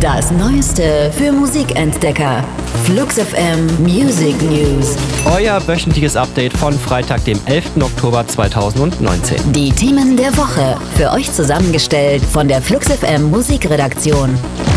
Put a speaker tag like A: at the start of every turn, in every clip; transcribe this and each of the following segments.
A: Das Neueste für Musikentdecker. Flux FM Music News.
B: Euer wöchentliches Update von Freitag, dem 11. Oktober 2019.
A: Die Themen der Woche. Für euch zusammengestellt von der Flux FM Musikredaktion.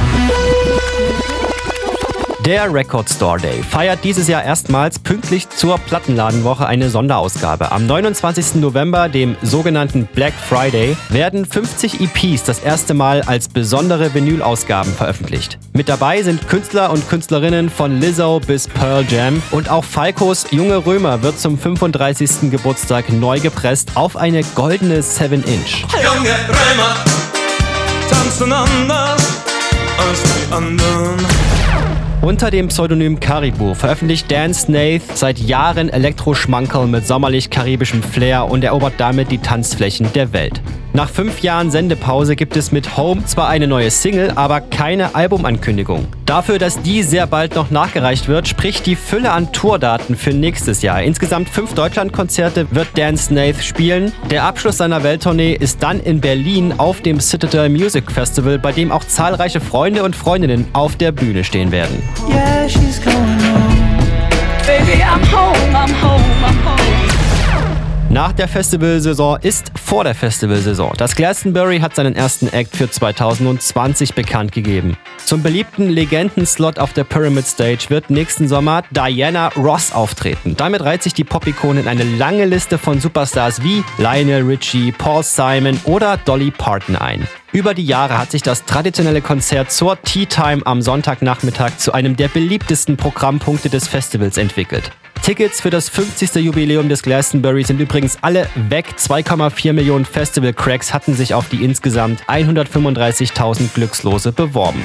B: Der Record Store Day feiert dieses Jahr erstmals pünktlich zur Plattenladenwoche eine Sonderausgabe. Am 29. November, dem sogenannten Black Friday, werden 50 EPs das erste Mal als besondere Vinylausgaben veröffentlicht. Mit dabei sind Künstler und Künstlerinnen von Lizzo bis Pearl Jam und auch Falcos Junge Römer wird zum 35. Geburtstag neu gepresst auf eine goldene 7-Inch.
C: Junge Römer tanzen anders als die anderen.
B: Unter dem Pseudonym Caribou veröffentlicht Dan Snaith seit Jahren Elektroschmankerl mit sommerlich-karibischem Flair und erobert damit die Tanzflächen der Welt. Nach 5 Jahren Sendepause gibt es mit Home zwar eine neue Single, aber keine Albumankündigung. Dafür, dass die sehr bald noch nachgereicht wird, spricht die Fülle an Tourdaten für nächstes Jahr. Insgesamt 5 Deutschlandkonzerte wird Dan Snaith spielen. Der Abschluss seiner Welttournee ist dann in Berlin auf dem Citadel Music Festival, bei dem auch zahlreiche Freunde und Freundinnen auf der Bühne stehen werden.
D: Yeah, she's going home. Baby, I'm home, I'm home, I'm home.
B: Nach der Festivalsaison ist vor der Festivalsaison. Das Glastonbury hat seinen ersten Act für 2020 bekannt gegeben. Zum beliebten Legendenslot auf der Pyramid Stage wird nächsten Sommer Diana Ross auftreten. Damit reiht sich die Pop-Ikone in eine lange Liste von Superstars wie Lionel Richie, Paul Simon oder Dolly Parton ein. Über die Jahre hat sich das traditionelle Konzert zur Tea Time am Sonntagnachmittag zu einem der beliebtesten Programmpunkte des Festivals entwickelt. Tickets für das 50. Jubiläum des Glastonbury sind übrigens alle weg. 2,4 Millionen Festival-Cracks hatten sich auf die insgesamt 135.000 Glückslose beworben.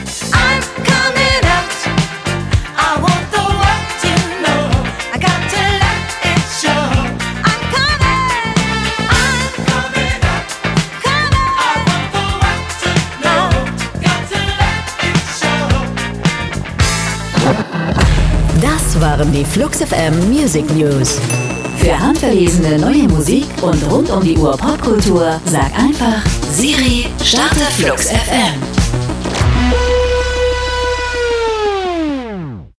A: Das waren die Flux FM Music News. Für handverlesene neue Musik und rund um die Uhr Popkultur sag einfach Siri, starte Flux FM.